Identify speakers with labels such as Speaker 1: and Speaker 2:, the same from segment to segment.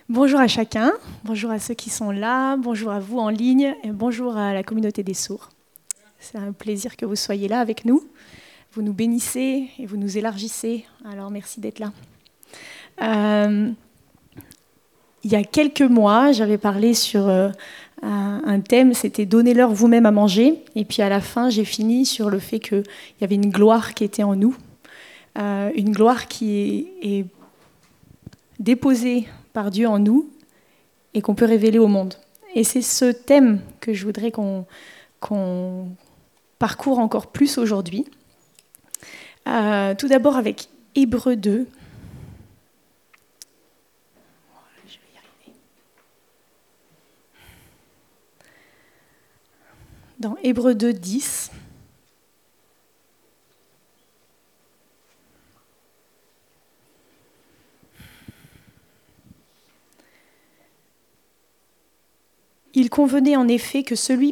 Speaker 1: Bonjour à chacun, bonjour à ceux qui sont là, bonjour à vous en ligne et bonjour à la communauté des sourds. C'est un plaisir que vous soyez là avec nous. Vous nous bénissez et vous nous élargissez, alors merci d'être là. Il y a quelques mois, j'avais parlé sur un thème, c'était « Donnez-leur vous-même à manger ». Et puis à la fin, j'ai fini sur le fait qu'il y avait une gloire qui était en nous, une gloire qui est déposée par Dieu en nous et qu'on peut révéler au monde. Et c'est ce thème que je voudrais qu'on parcourt encore plus aujourd'hui. Tout d'abord avec Hébreux 2. Je vais y arriver. Dans Hébreux 2, 10. Il convenait en effet que celui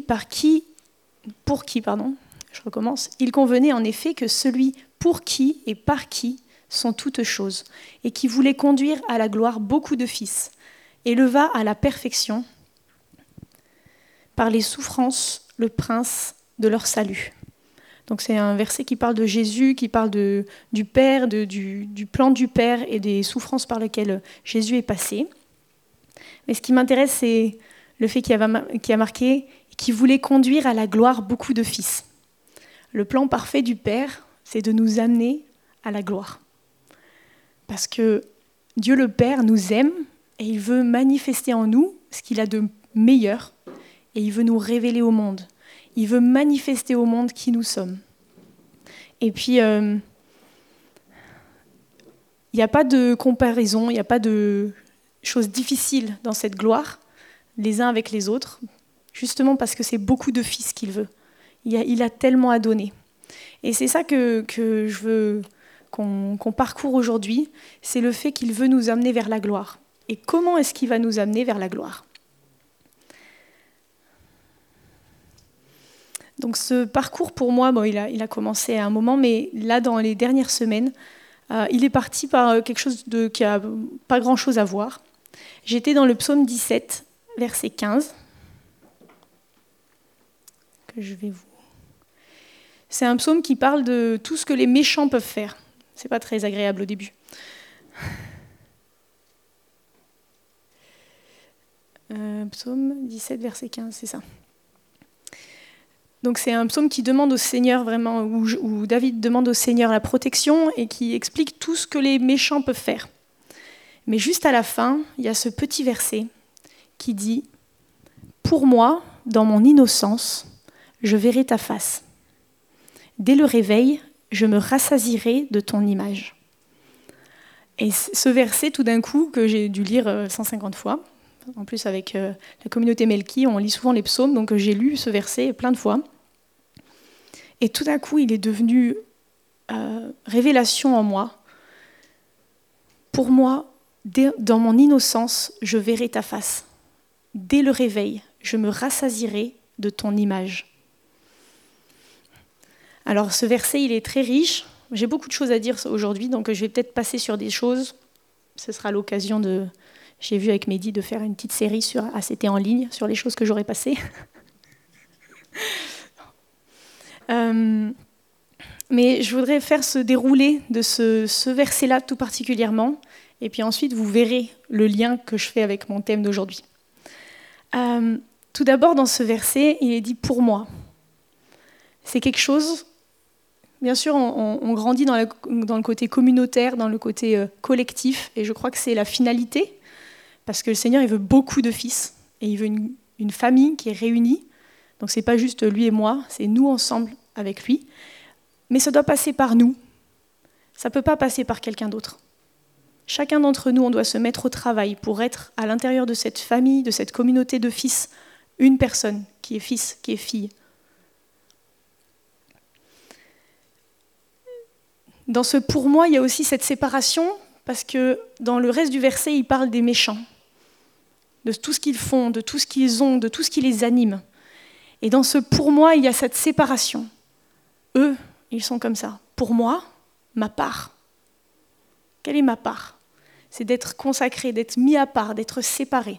Speaker 1: Il convenait en effet que celui pour qui et par qui sont toutes choses, et qui voulait conduire à la gloire beaucoup de fils, éleva à la perfection par les souffrances le prince de leur salut. Donc c'est un verset qui parle de Jésus, qui parle du Père, du plan du Père et des souffrances par lesquelles Jésus est passé. Mais ce qui m'intéresse, c'est le fait qu'il a marqué « qui voulait conduire à la gloire beaucoup de fils ». Le plan parfait du Père, c'est de nous amener à la gloire. Parce que Dieu le Père nous aime et il veut manifester en nous ce qu'il a de meilleur et il veut nous révéler au monde. Il veut manifester au monde qui nous sommes. Et puis, il n'y a pas de comparaison, il n'y a pas de choses difficiles dans cette gloire, les uns avec les autres, justement parce que c'est beaucoup de fils qu'il veut. Il a tellement à donner. Et c'est ça que je veux qu'on parcourt aujourd'hui, c'est le fait qu'il veut nous amener vers la gloire. Et comment est-ce qu'il va nous amener vers la gloire ? Donc ce parcours pour moi, il a commencé à un moment, mais là dans les dernières semaines, il est parti par quelque chose qui n'a pas grand-chose à voir. J'étais dans le psaume 17, verset 15, que je vais vous... C'est un psaume qui parle de tout ce que les méchants peuvent faire. C'est pas très agréable au début. Psaume 17, verset 15, c'est ça. Donc c'est un psaume qui demande au Seigneur vraiment, où David demande au Seigneur la protection et qui explique tout ce que les méchants peuvent faire. Mais juste à la fin, il y a ce petit verset qui dit « Pour moi, dans mon innocence, je verrai ta face. Dès le réveil, je me rassasierai de ton image. » Et ce verset, tout d'un coup, que j'ai dû lire 150 fois, en plus avec la communauté Melki, on lit souvent les psaumes, donc j'ai lu ce verset plein de fois. Et tout d'un coup, il est devenu révélation en moi. Pour moi, dans mon innocence, je verrai ta face. Dès le réveil, je me rassasierai de ton image. Alors ce verset, il est très riche. J'ai beaucoup de choses à dire aujourd'hui, donc je vais peut-être passer sur des choses. Ce sera l'occasion de... J'ai vu avec Mehdi de faire une petite série sur ACT en ligne, sur les choses que j'aurais passées. Mais je voudrais faire ce déroulé de ce verset-là tout particulièrement, et puis ensuite vous verrez le lien que je fais avec mon thème d'aujourd'hui. Tout d'abord, dans ce verset, il est dit « pour moi ». C'est quelque chose... Bien sûr, on grandit dans le côté communautaire, dans le côté collectif, et je crois que c'est la finalité, parce que le Seigneur, il veut beaucoup de fils, et il veut une famille qui est réunie. Donc ce n'est pas juste lui et moi, c'est nous ensemble avec lui. Mais ça doit passer par nous. Ça ne peut pas passer par quelqu'un d'autre. Chacun d'entre nous, on doit se mettre au travail pour être à l'intérieur de cette famille, de cette communauté de fils, une personne qui est fils, qui est fille. Dans ce « pour moi », il y a aussi cette séparation, parce que dans le reste du verset, il parle des méchants, de tout ce qu'ils font, de tout ce qu'ils ont, de tout ce qui les anime. Et dans ce « pour moi », il y a cette séparation. Eux, ils sont comme ça. Pour moi, ma part. Quelle est ma part ? C'est d'être consacré, d'être mis à part, d'être séparé.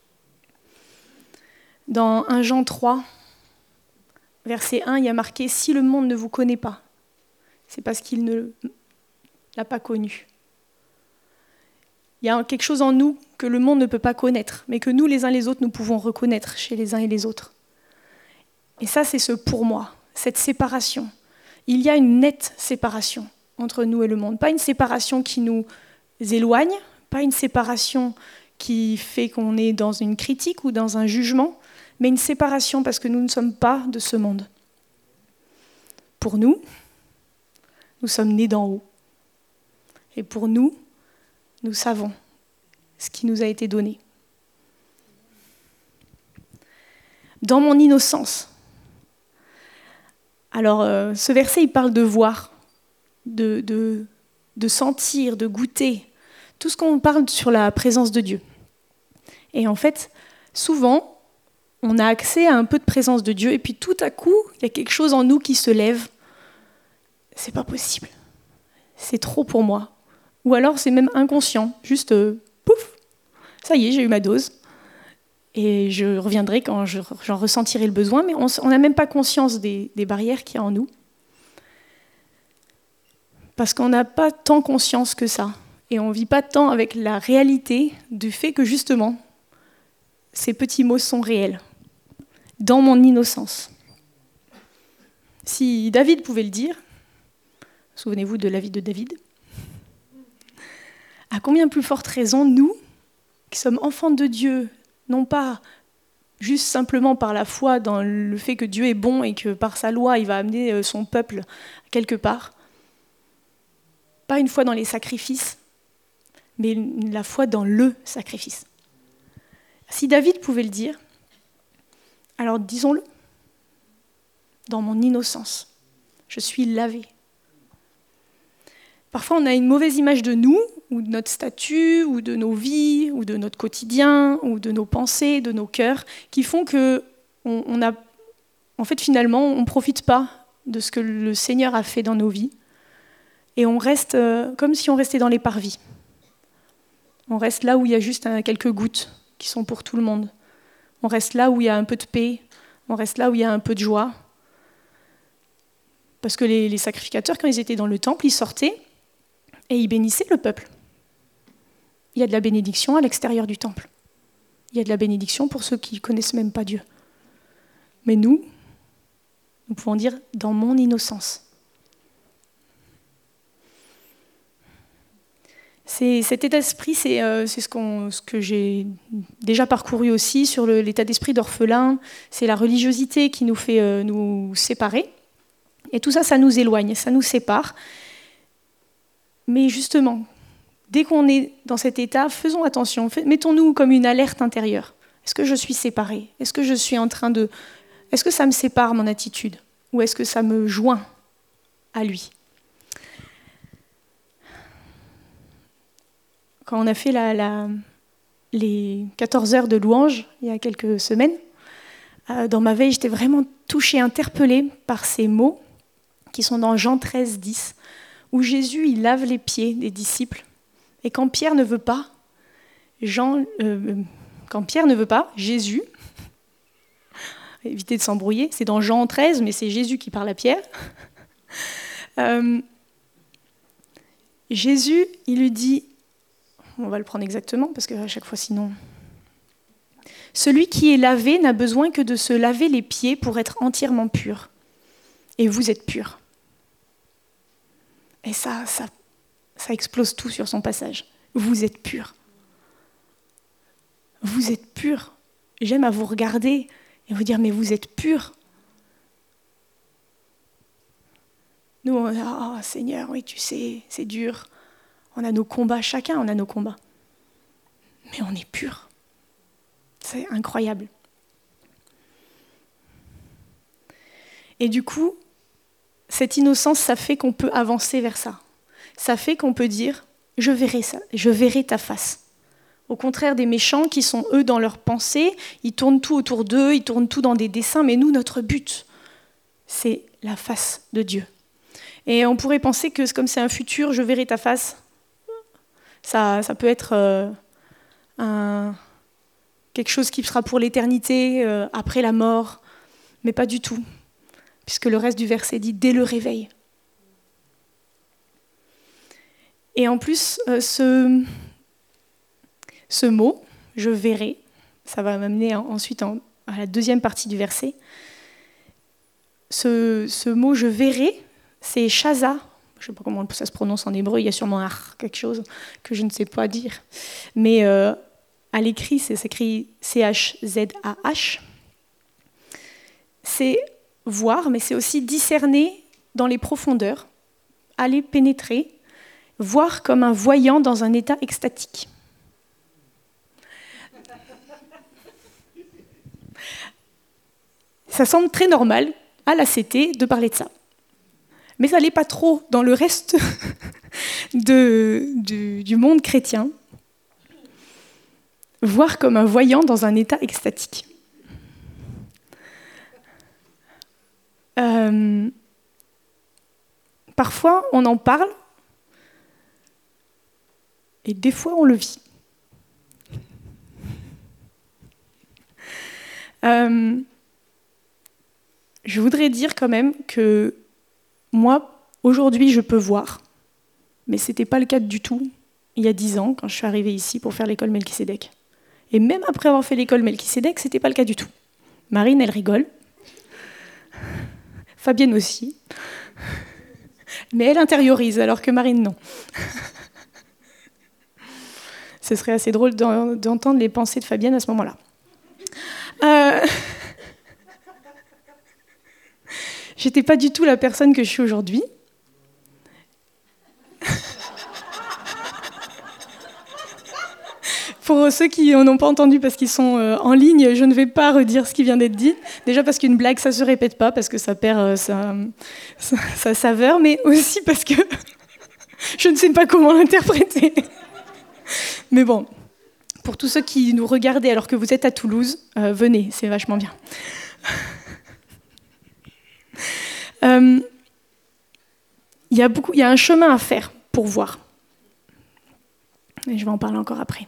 Speaker 1: Dans 1 Jean 3, verset 1, il y a marqué « Si le monde ne vous connaît pas, c'est parce qu'il ne l'a pas connu. » Il y a quelque chose en nous que le monde ne peut pas connaître, mais que nous, les uns les autres, nous pouvons reconnaître chez les uns et les autres. Et ça, c'est ce « pour moi », cette séparation. Il y a une nette séparation entre nous et le monde. Pas une séparation qui nous éloigne, pas une séparation qui fait qu'on est dans une critique ou dans un jugement, mais une séparation parce que nous ne sommes pas de ce monde. Pour nous, nous sommes nés d'en haut. Et pour nous, nous savons ce qui nous a été donné. Dans mon innocence. Alors, ce verset, il parle de voir, de sentir, de goûter, tout ce qu'on parle sur la présence de Dieu. Et en fait, souvent, on a accès à un peu de présence de Dieu, et puis tout à coup, il y a quelque chose en nous qui se lève. C'est pas possible. C'est trop pour moi. Ou alors, c'est même inconscient. Juste, pouf, ça y est, j'ai eu ma dose. Et je reviendrai quand j'en ressentirai le besoin, mais on n'a même pas conscience des barrières qu'il y a en nous. Parce qu'on n'a pas tant conscience que ça. Et on ne vit pas tant avec la réalité du fait que, justement, ces petits mots sont réels. Dans mon innocence. Si David pouvait le dire, souvenez-vous de la vie de David, à combien plus forte raison, nous, qui sommes enfants de Dieu, non pas juste simplement par la foi dans le fait que Dieu est bon et que par sa loi, il va amener son peuple quelque part, pas une foi dans les sacrifices, mais la foi dans le sacrifice. Si David pouvait le dire, alors disons-le, dans mon innocence, je suis lavé. Parfois, on a une mauvaise image de nous, ou de notre statut, ou de nos vies, ou de notre quotidien, ou de nos pensées, de nos cœurs, qui font que, en fait, finalement, on ne profite pas de ce que le Seigneur a fait dans nos vies, et on reste comme si on restait dans les parvis. On reste là où il y a juste quelques gouttes qui sont pour tout le monde. On reste là où il y a un peu de paix, on reste là où il y a un peu de joie. Parce que les sacrificateurs, quand ils étaient dans le temple, ils sortaient et ils bénissaient le peuple. Il y a de la bénédiction à l'extérieur du temple. Il y a de la bénédiction pour ceux qui ne connaissent même pas Dieu. Mais nous pouvons dire « dans mon innocence ». Cet état d'esprit, c'est ce que j'ai déjà parcouru aussi sur l'état d'esprit d'orphelin. C'est la religiosité qui nous fait nous séparer. Et tout ça, ça nous éloigne, ça nous sépare. Mais justement, dès qu'on est dans cet état, faisons attention. Mettons-nous comme une alerte intérieure. Est-ce que je suis séparée ? Est-ce que je suis en train de... Est-ce que ça me sépare, mon attitude ? Ou est-ce que ça me joint à lui ? Quand on a fait les 14 heures de louange, il y a quelques semaines, dans ma veille, j'étais vraiment touchée, interpellée par ces mots qui sont dans Jean 13, 10, où Jésus il lave les pieds des disciples. Et quand Pierre ne veut pas, Jésus, évitez de s'embrouiller, c'est dans Jean 13, mais c'est Jésus qui parle à Pierre. Jésus, il lui dit, on va le prendre exactement, parce qu'à chaque fois sinon... Celui qui est lavé n'a besoin que de se laver les pieds pour être entièrement pur. Et vous êtes purs. Et ça explose tout sur son passage. Vous êtes purs. Vous êtes purs. J'aime à vous regarder et vous dire, mais vous êtes purs. Nous, on dit, oh Seigneur, oui, tu sais, c'est dur. On a nos combats, chacun on a nos combats. Mais on est purs. C'est incroyable. Et du coup, cette innocence, ça fait qu'on peut avancer vers ça. Ça fait qu'on peut dire, je verrai ça, je verrai ta face. Au contraire des méchants qui sont, eux, dans leurs pensées, ils tournent tout autour d'eux, ils tournent tout dans des dessins, mais nous, notre but, c'est la face de Dieu. Et on pourrait penser que comme c'est un futur, je verrai ta face, Ça peut être quelque chose qui sera pour l'éternité, après la mort, mais pas du tout, puisque le reste du verset dit « dès le réveil ». Et en plus, ce mot, « je verrai », ça va m'amener ensuite à la deuxième partie du verset. Ce mot « je verrai », c'est « shaza ». Je ne sais pas comment ça se prononce en hébreu, il y a sûrement quelque chose que je ne sais pas dire. Mais à l'écrit, c'est s'écrit C-H-Z-A-H. C'est voir, mais c'est aussi discerner dans les profondeurs, aller pénétrer, voir comme un voyant dans un état extatique. Ça semble très normal à la CT de parler de ça. Mais ça n'allait pas trop dans le reste du monde chrétien. Voir comme un voyant dans un état extatique. Parfois, on en parle, et des fois, on le vit. Je voudrais dire quand même que moi, aujourd'hui, je peux voir, mais ce n'était pas le cas du tout il y a 10 ans, quand je suis arrivée ici pour faire l'école Melchisédek. Et même après avoir fait l'école Melchisédek, ce n'était pas le cas du tout. Marine, elle rigole. Fabienne aussi. Mais elle intériorise, alors que Marine, non. Ce serait assez drôle d'entendre les pensées de Fabienne à ce moment-là. J'étais pas du tout la personne que je suis aujourd'hui. Pour ceux qui n'en ont pas entendu parce qu'ils sont en ligne, je ne vais pas redire ce qui vient d'être dit. Déjà parce qu'une blague, ça ne se répète pas, parce que ça perd sa saveur, mais aussi parce que je ne sais pas comment l'interpréter. Mais bon, pour tous ceux qui nous regardent alors que vous êtes à Toulouse, venez, c'est vachement bien. Il y a un chemin à faire pour voir. Et je vais en parler encore après.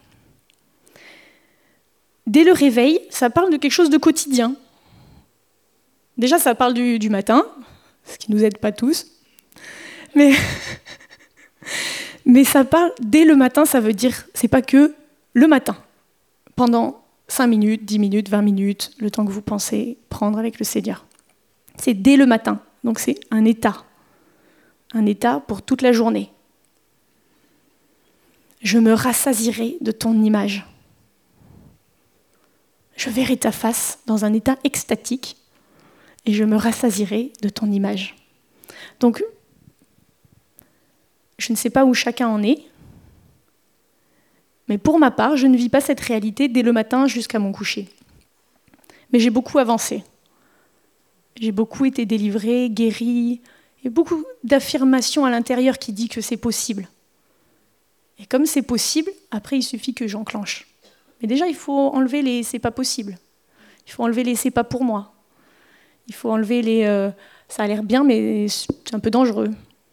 Speaker 1: Dès le réveil, ça parle de quelque chose de quotidien. Déjà, ça parle du matin, ce qui ne nous aide pas tous. Mais ça parle, dès le matin, ça veut dire, c'est pas que le matin. Pendant 5 minutes, 10 minutes, 20 minutes, le temps que vous pensez prendre avec le Seigneur. C'est dès le matin. Donc c'est un état. Un état pour toute la journée. Je me rassasierai de ton image. Je verrai ta face dans un état extatique et je me rassasierai de ton image. Donc, je ne sais pas où chacun en est, mais pour ma part, je ne vis pas cette réalité dès le matin jusqu'à mon coucher. Mais j'ai beaucoup avancé. J'ai beaucoup été délivrée, guérie, et beaucoup d'affirmations à l'intérieur qui disent que c'est possible. Et comme c'est possible, après, il suffit que j'enclenche. Mais déjà, il faut enlever les « c'est pas possible ». Il faut enlever les « c'est pas pour moi ». Il faut enlever les « ça a l'air bien, mais c'est un peu dangereux ».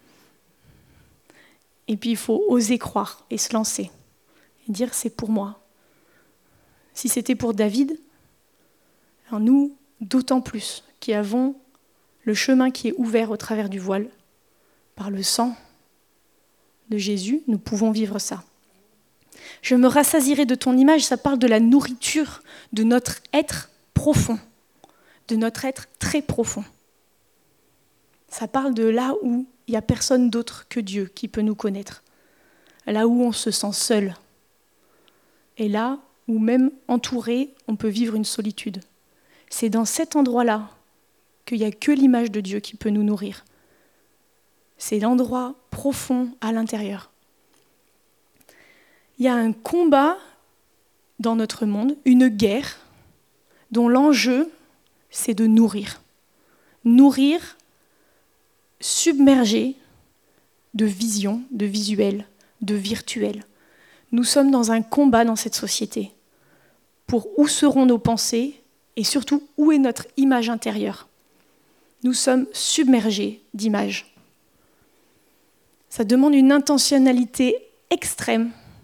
Speaker 1: Et puis, il faut oser croire et se lancer. Et dire « c'est pour moi ». Si c'était pour David, alors nous, d'autant plus, qui avons le chemin qui est ouvert au travers du voile, par le sang de Jésus, nous pouvons vivre ça. Je me rassasierai de ton image, ça parle de la nourriture de notre être profond, de notre être très profond. Ça parle de là où il n'y a personne d'autre que Dieu qui peut nous connaître, là où on se sent seul, et là où même entouré, on peut vivre une solitude. C'est dans cet endroit-là qu'il n'y a que l'image de Dieu qui peut nous nourrir. C'est l'endroit profond à l'intérieur. Il y a un combat dans notre monde, une guerre, dont l'enjeu, c'est de nourrir. Nourrir, submerger de vision, de visuel, de virtuel. Nous sommes dans un combat dans cette société pour où seront nos pensées et surtout où est notre image intérieure. Nous sommes submergés d'images. Ça demande une intentionnalité extrême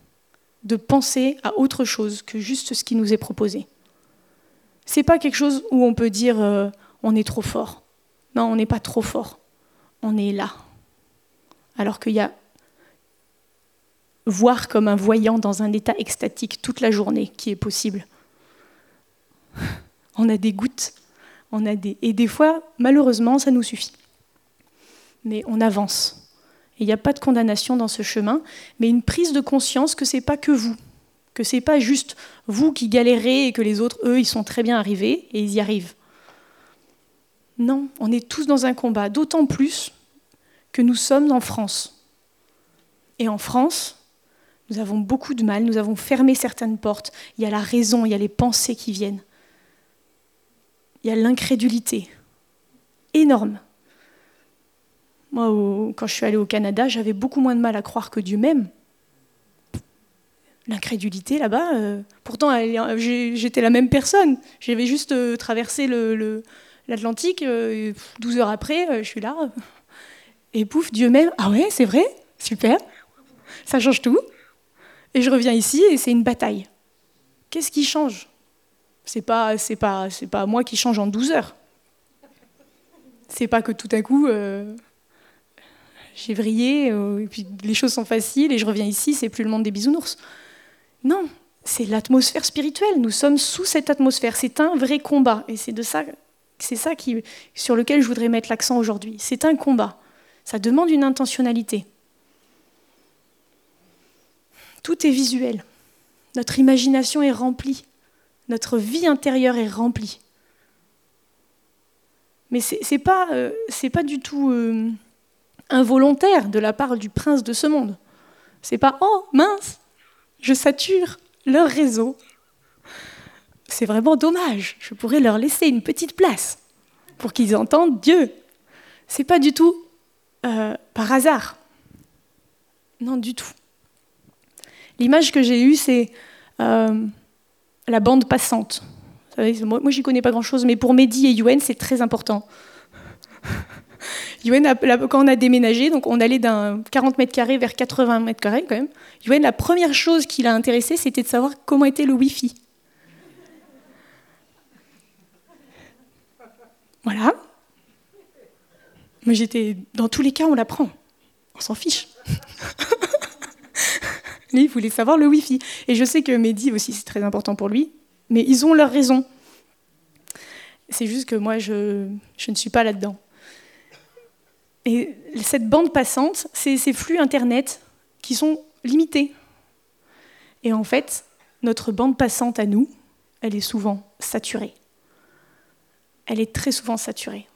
Speaker 1: de penser à autre chose que juste ce qui nous est proposé. C'est pas quelque chose où on peut dire on est trop fort. Non, on n'est pas trop fort. On est là. Alors qu'il y a voir comme un voyant dans un état extatique toute la journée qui est possible. On a des gouttes, et des fois, malheureusement, ça nous suffit. Mais on avance. Et il n'y a pas de condamnation dans ce chemin, mais une prise de conscience que ce n'est pas que vous, que ce n'est pas juste vous qui galérez et que les autres, eux, ils sont très bien arrivés et ils y arrivent. Non, on est tous dans un combat, d'autant plus que nous sommes en France. Et en France, nous avons beaucoup de mal, nous avons fermé certaines portes. Il y a la raison, il y a les pensées qui viennent. Il y a l'incrédulité. Énorme. Moi, quand je suis allée au Canada, j'avais beaucoup moins de mal à croire que Dieu m'aime. L'incrédulité, là-bas, pourtant, j'étais la même personne. J'avais juste traversé l'Atlantique, 12 heures après, je suis là. Et pouf, Dieu m'aime. Ah ouais, c'est vrai ? Super. Ça change tout. Et je reviens ici et c'est une bataille. Qu'est-ce qui change ? C'est pas moi qui change en 12 heures. C'est pas que tout à coup, j'ai vrillé, et puis les choses sont faciles et je reviens ici, c'est plus le monde des bisounours. Non, c'est l'atmosphère spirituelle. Nous sommes sous cette atmosphère. C'est un vrai combat. Et c'est ça sur lequel je voudrais mettre l'accent aujourd'hui. C'est un combat. Ça demande une intentionnalité. Tout est visuel. Notre imagination est remplie. Notre vie intérieure est remplie. Mais c'est pas du tout involontaire de la part du prince de ce monde. C'est pas « Oh, mince, je sature leur réseau. C'est vraiment dommage. Je pourrais leur laisser une petite place pour qu'ils entendent Dieu. » C'est pas du tout par hasard. Non, du tout. L'image que j'ai eue, c'est la bande passante. Vous savez, moi, j'y connais pas grand-chose, mais pour Mehdi et Youen, c'est très important. Youen, quand on a déménagé, donc on allait d'un 40 mètres carrés vers 80 mètres carrés quand même. Youen, la première chose qui l'a intéressé, c'était de savoir comment était le Wi-Fi. Voilà. Mais dans tous les cas, on l'apprend. On s'en fiche. Lui, il voulait savoir le Wi-Fi. Et je sais que Mehdi aussi, c'est très important pour lui. Mais ils ont leur raison. C'est juste que moi, je ne suis pas là-dedans. Et cette bande passante, c'est ces flux Internet qui sont limités. Et en fait, notre bande passante à nous, elle est souvent saturée. Elle est très souvent saturée.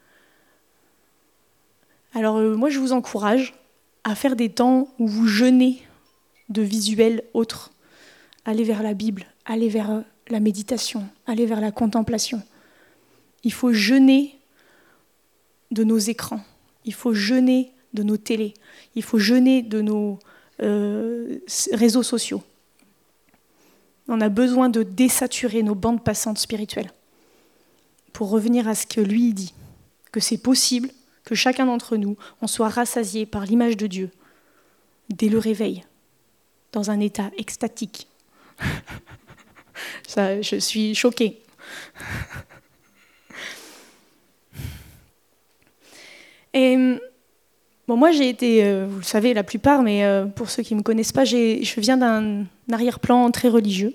Speaker 1: Alors moi, je vous encourage à faire des temps où vous jeûnez de visuels autres. Allez vers la Bible, allez vers la méditation, allez vers la contemplation. Il faut jeûner de nos écrans, il faut jeûner de nos télés, il faut jeûner de nos réseaux sociaux. On a besoin de désaturer nos bandes passantes spirituelles pour revenir à ce que lui dit, que c'est possible que chacun d'entre nous, on soit rassasié par l'image de Dieu dès le réveil, dans un état extatique. Ça, je suis choquée. Et bon, moi, j'ai été, vous le savez, la plupart, mais pour ceux qui ne me connaissent pas, je viens d'un arrière-plan très religieux,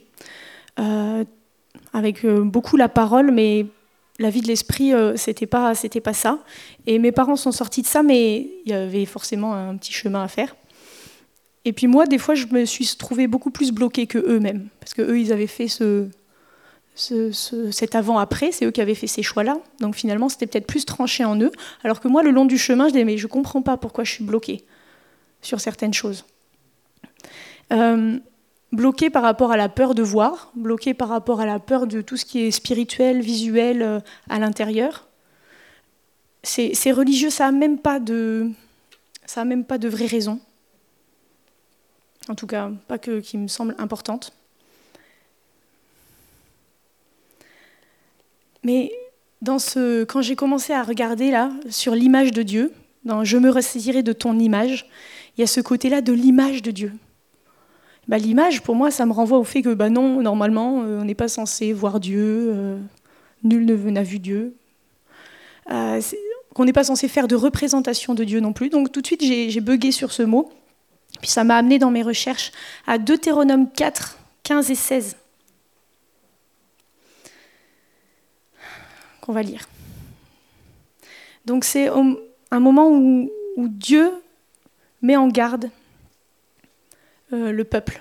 Speaker 1: avec beaucoup la parole, mais la vie de l'esprit, c'était pas ça. Et mes parents sont sortis de ça, mais il y avait forcément un petit chemin à faire. Et puis moi, des fois, je me suis trouvée beaucoup plus bloquée que eux-mêmes, parce que eux, ils avaient fait cet avant-après, c'est eux qui avaient fait ces choix-là. Donc finalement, c'était peut-être plus tranché en eux. Alors que moi, le long du chemin, je disais, mais je ne comprends pas pourquoi je suis bloquée sur certaines choses. Bloquée par rapport à la peur de voir, bloquée par rapport à la peur de tout ce qui est spirituel, visuel, à l'intérieur. Ces religieux, ça n'a même pas de vraie raison. En tout cas, pas qui me semble importante. Mais quand j'ai commencé à regarder là, sur l'image de Dieu, dans « Je me ressaisirai de ton image », il y a ce côté-là de l'image de Dieu. L'image, pour moi, ça me renvoie au fait que non, normalement, on n'est pas censé voir Dieu, nul n'a vu Dieu, qu'on n'est pas censé faire de représentation de Dieu non plus. Donc tout de suite, j'ai bugué sur ce mot. Puis ça m'a amené dans mes recherches à Deutéronome 4, 15 et 16, qu'on va lire. Donc c'est un moment où Dieu met en garde le peuple.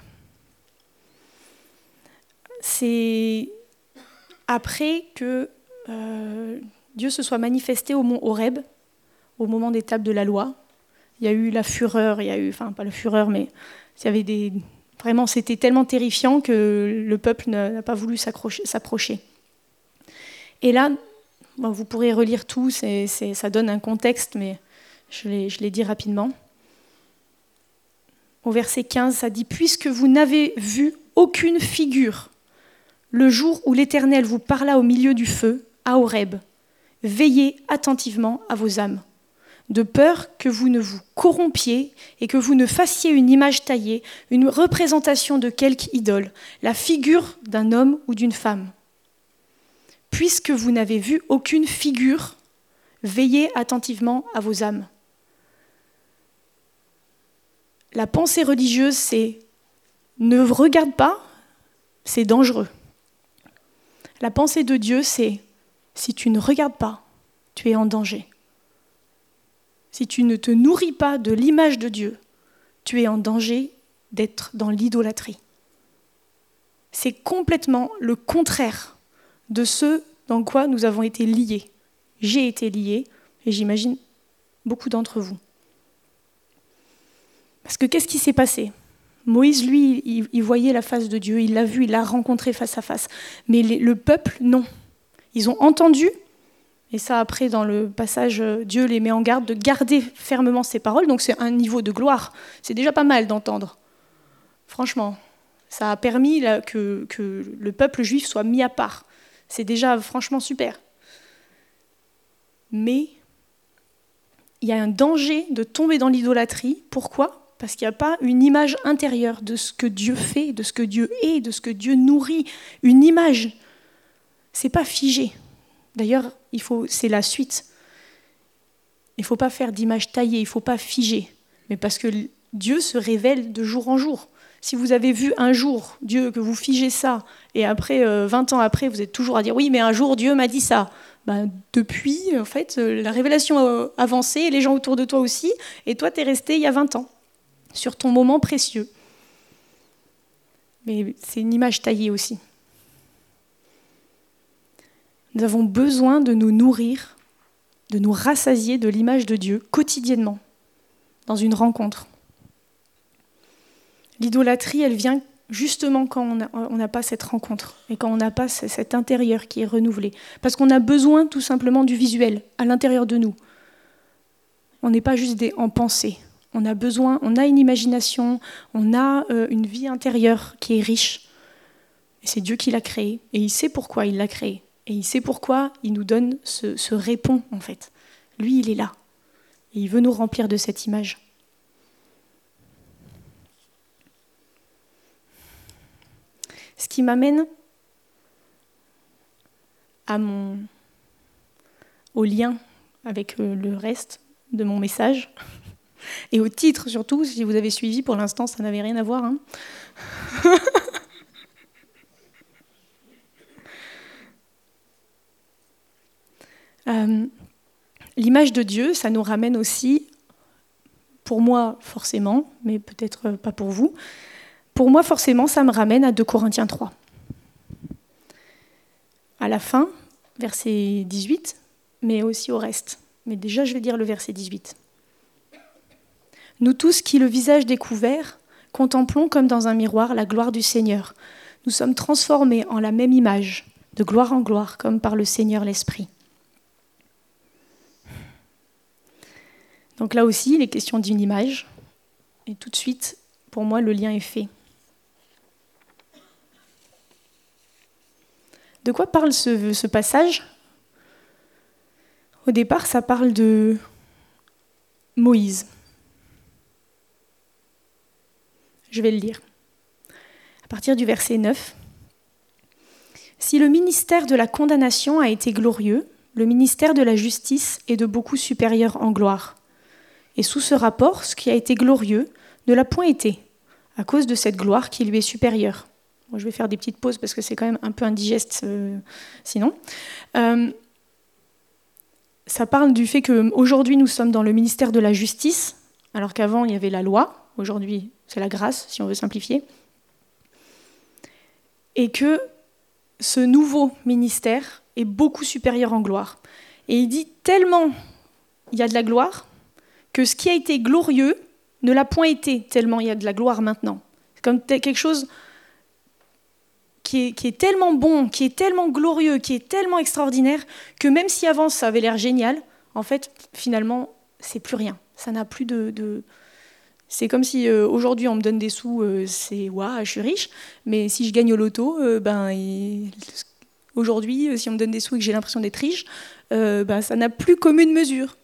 Speaker 1: C'est après que Dieu se soit manifesté au mont Horeb, au moment des tables de la loi. Il y a eu la fureur, pas la fureur, mais il y avait vraiment, c'était tellement terrifiant que le peuple n'a pas voulu s'approcher. Et là, vous pourrez relire tout, ça donne un contexte, mais je l'ai dit rapidement. Au verset 15, ça dit « Puisque vous n'avez vu aucune figure, le jour où l'Éternel vous parla au milieu du feu, à Horeb, veillez attentivement à vos âmes, de peur que vous ne vous corrompiez et que vous ne fassiez une image taillée, une représentation de quelque idole, la figure d'un homme ou d'une femme. Puisque vous n'avez vu aucune figure, veillez attentivement à vos âmes. » La pensée religieuse, c'est « ne regarde pas, c'est dangereux ». La pensée de Dieu, c'est « si tu ne regardes pas, tu es en danger ». Si tu ne te nourris pas de l'image de Dieu, tu es en danger d'être dans l'idolâtrie. C'est complètement le contraire de ce dans quoi nous avons été liés. J'ai été lié, et j'imagine beaucoup d'entre vous. Parce que qu'est-ce qui s'est passé ? Moïse, lui, il voyait la face de Dieu, il l'a vu, il l'a rencontré face à face. Mais le peuple, non. Ils ont entendu, et ça après dans le passage, Dieu les met en garde de garder fermement ses paroles, donc c'est un niveau de gloire. C'est déjà pas mal d'entendre. Franchement, ça a permis que le peuple juif soit mis à part. C'est déjà franchement super. Mais il y a un danger de tomber dans l'idolâtrie. Pourquoi ? Parce qu'il n'y a pas une image intérieure de ce que Dieu fait, de ce que Dieu est, de ce que Dieu nourrit. Une image, c'est pas figé. D'ailleurs, c'est la suite. Il ne faut pas faire d'image taillée, il ne faut pas figer. Mais parce que Dieu se révèle de jour en jour. Si vous avez vu un jour Dieu, que vous figez ça, et après, 20 ans après, vous êtes toujours à dire « oui, mais un jour Dieu m'a dit ça ». Depuis, en fait, la révélation a avancé, et les gens autour de toi aussi, et toi, tu es resté il y a 20 ans. Sur ton moment précieux. Mais c'est une image taillée aussi. Nous avons besoin de nous nourrir, de nous rassasier de l'image de Dieu quotidiennement, dans une rencontre. L'idolâtrie, elle vient justement quand on n'a pas cette rencontre et quand on n'a pas cet intérieur qui est renouvelé. Parce qu'on a besoin tout simplement du visuel à l'intérieur de nous. On n'est pas juste en pensée. On a besoin, on a une imagination, on a une vie intérieure qui est riche. Et c'est Dieu qui l'a créée. Et il sait pourquoi il l'a créée. Et il sait pourquoi il nous donne ce répond, en fait. Lui, il est là. Et il veut nous remplir de cette image. Ce qui m'amène au lien avec le reste de mon message. Et au titre surtout, si vous avez suivi, pour l'instant, ça n'avait rien à voir. L'image de Dieu, ça nous ramène aussi, pour moi forcément, mais peut-être pas pour vous, pour moi forcément, ça me ramène à 2 Corinthiens 3. À la fin, verset 18, mais aussi au reste. Mais déjà, je vais dire le verset 18. Nous tous qui, le visage découvert, contemplons comme dans un miroir la gloire du Seigneur. Nous sommes transformés en la même image, de gloire en gloire, comme par le Seigneur l'Esprit. Donc là aussi, il est question d'une image. Et tout de suite, pour moi, le lien est fait. De quoi parle ce passage ? Au départ, ça parle de Moïse. Je vais le lire. à partir du verset 9. « Si le ministère de la condamnation a été glorieux, le ministère de la justice est de beaucoup supérieur en gloire. Et sous ce rapport, ce qui a été glorieux ne l'a point été, à cause de cette gloire qui lui est supérieure. » Bon, je vais faire des petites pauses parce que c'est quand même un peu indigeste sinon. Ça parle du fait qu'aujourd'hui nous sommes dans le ministère de la justice, alors qu'avant il y avait la loi, aujourd'hui c'est la grâce, si on veut simplifier. Et que ce nouveau ministère est beaucoup supérieur en gloire. Et il dit tellement il y a de la gloire que ce qui a été glorieux ne l'a point été, tellement il y a de la gloire maintenant. C'est comme quelque chose qui est tellement bon, qui est tellement glorieux, qui est tellement extraordinaire, que même si avant ça avait l'air génial, en fait, finalement, c'est plus rien. Ça n'a plus de... C'est comme si aujourd'hui on me donne des sous, c'est waouh, je suis riche, mais si je gagne au loto, aujourd'hui, si on me donne des sous et que j'ai l'impression d'être riche, ça n'a plus commune mesure.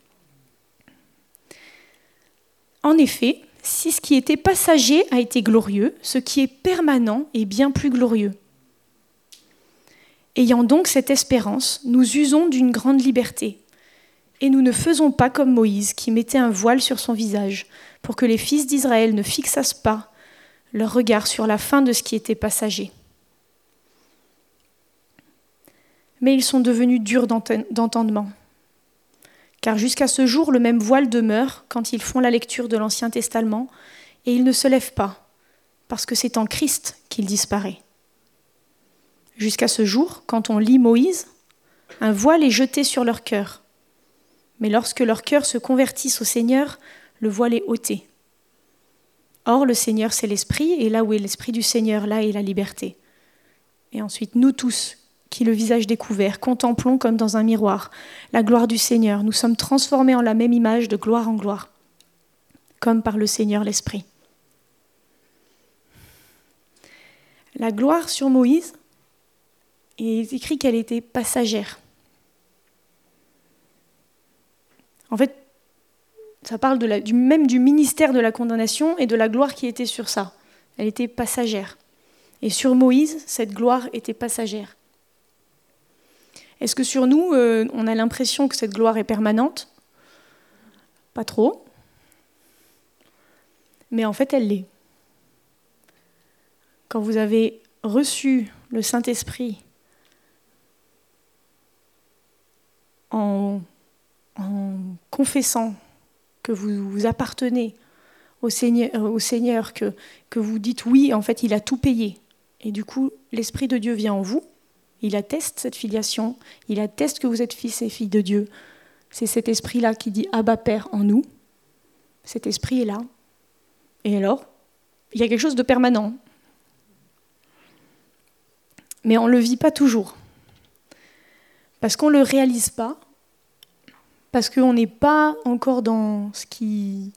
Speaker 1: En effet, si ce qui était passager a été glorieux, ce qui est permanent est bien plus glorieux. Ayant donc cette espérance, nous usons d'une grande liberté. Et nous ne faisons pas comme Moïse, qui mettait un voile sur son visage, pour que les fils d'Israël ne fixassent pas leur regard sur la fin de ce qui était passager. Mais ils sont devenus durs d'entendement. Car jusqu'à ce jour, le même voile demeure quand ils font la lecture de l'Ancien Testament, et il ne se lève pas, parce que c'est en Christ qu'il disparaît. Jusqu'à ce jour, quand on lit Moïse, un voile est jeté sur leur cœur. Mais lorsque leur cœur se convertissent au Seigneur, le voile est ôté. Or, le Seigneur, c'est l'Esprit, et là où est l'Esprit du Seigneur, là est la liberté. Et ensuite, nous tous, qui le visage découvert, contemplons comme dans un miroir la gloire du Seigneur. Nous sommes transformés en la même image de gloire en gloire, comme par le Seigneur l'Esprit. La gloire sur Moïse, il est écrit qu'elle était passagère. En fait, ça parle même du ministère de la condamnation et de la gloire qui était sur ça. Elle était passagère. Et sur Moïse, cette gloire était passagère. Est-ce que sur nous, on a l'impression que cette gloire est permanente ? Pas trop. Mais en fait, elle l'est. Quand vous avez reçu le Saint-Esprit en confessant que vous appartenez au Seigneur, que vous dites oui, en fait, il a tout payé. Et du coup, l'Esprit de Dieu vient en vous, il atteste cette filiation, il atteste que vous êtes fils et filles de Dieu. C'est cet esprit-là qui dit « Abba Père » en nous. Cet esprit est là. Et alors, il y a quelque chose de permanent. Mais on ne le vit pas toujours. Parce qu'on ne le réalise pas, parce qu'on n'est pas encore dans ce qui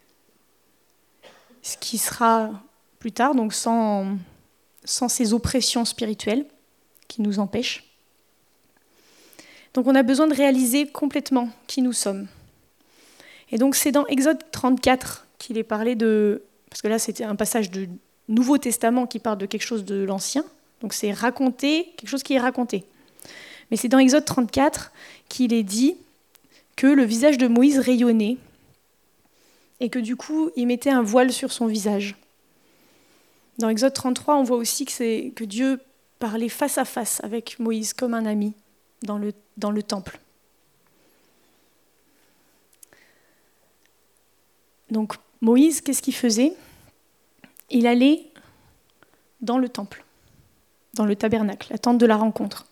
Speaker 1: sera plus tard, donc sans ces oppressions spirituelles qui nous empêchent. Donc on a besoin de réaliser complètement qui nous sommes. Et donc c'est dans Exode 34 qu'il est parlé de... Parce que là c'était un passage du Nouveau Testament qui parle de quelque chose de l'Ancien. Donc c'est raconter, quelque chose qui est raconté. Mais c'est dans Exode 34 qu'il est dit que le visage de Moïse rayonnait et que du coup il mettait un voile sur son visage. Dans Exode 33, on voit aussi que Dieu parlait face à face avec Moïse comme un ami dans le temple. Donc Moïse, qu'est-ce qu'il faisait ? Il allait dans le temple, dans le tabernacle, la tente de la rencontre.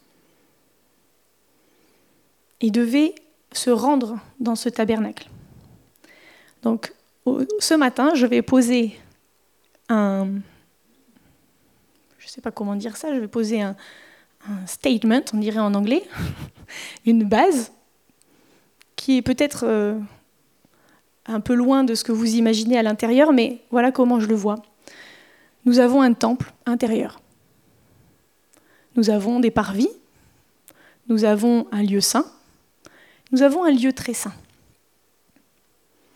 Speaker 1: Il devait se rendre dans ce tabernacle. Donc ce matin, je vais poser je ne sais pas comment dire ça, je vais poser un statement, on dirait en anglais, une base qui est peut-être un peu loin de ce que vous imaginez à l'intérieur, mais voilà comment je le vois. Nous avons un temple intérieur. Nous avons des parvis, nous avons un lieu saint, nous avons un lieu très saint.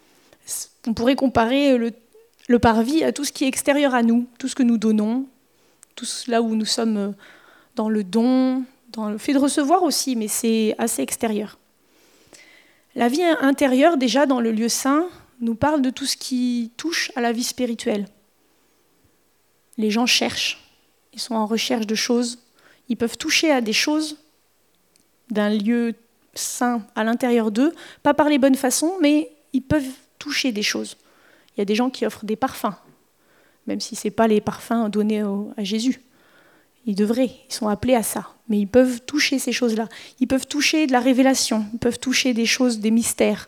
Speaker 1: On pourrait comparer le parvis à tout ce qui est extérieur à nous, tout ce que nous donnons, tout là où nous sommes dans le don, dans le fait de recevoir aussi, mais c'est assez extérieur. La vie intérieure, déjà dans le lieu saint, nous parle de tout ce qui touche à la vie spirituelle. Les gens cherchent, ils sont en recherche de choses, ils peuvent toucher à des choses d'un lieu saint à l'intérieur d'eux, pas par les bonnes façons, mais ils peuvent toucher des choses. Il y a des gens qui offrent des parfums, même si ce n'est pas les parfums donnés à Jésus. Ils devraient, ils sont appelés à ça, mais ils peuvent toucher ces choses-là. Ils peuvent toucher de la révélation, ils peuvent toucher des choses, des mystères.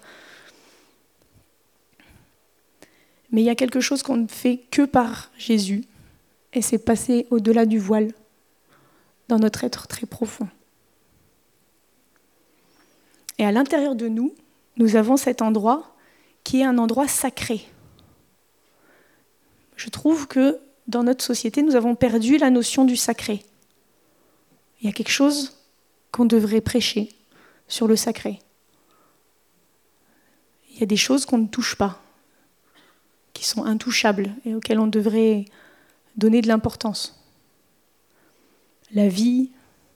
Speaker 1: Mais il y a quelque chose qu'on ne fait que par Jésus, et c'est passer au-delà du voile, dans notre être très profond. Et à l'intérieur de nous, nous avons cet endroit qui est un endroit sacré. Je trouve que dans notre société, nous avons perdu la notion du sacré. Il y a quelque chose qu'on devrait prêcher sur le sacré. Il y a des choses qu'on ne touche pas, qui sont intouchables et auxquelles on devrait donner de l'importance. La vie,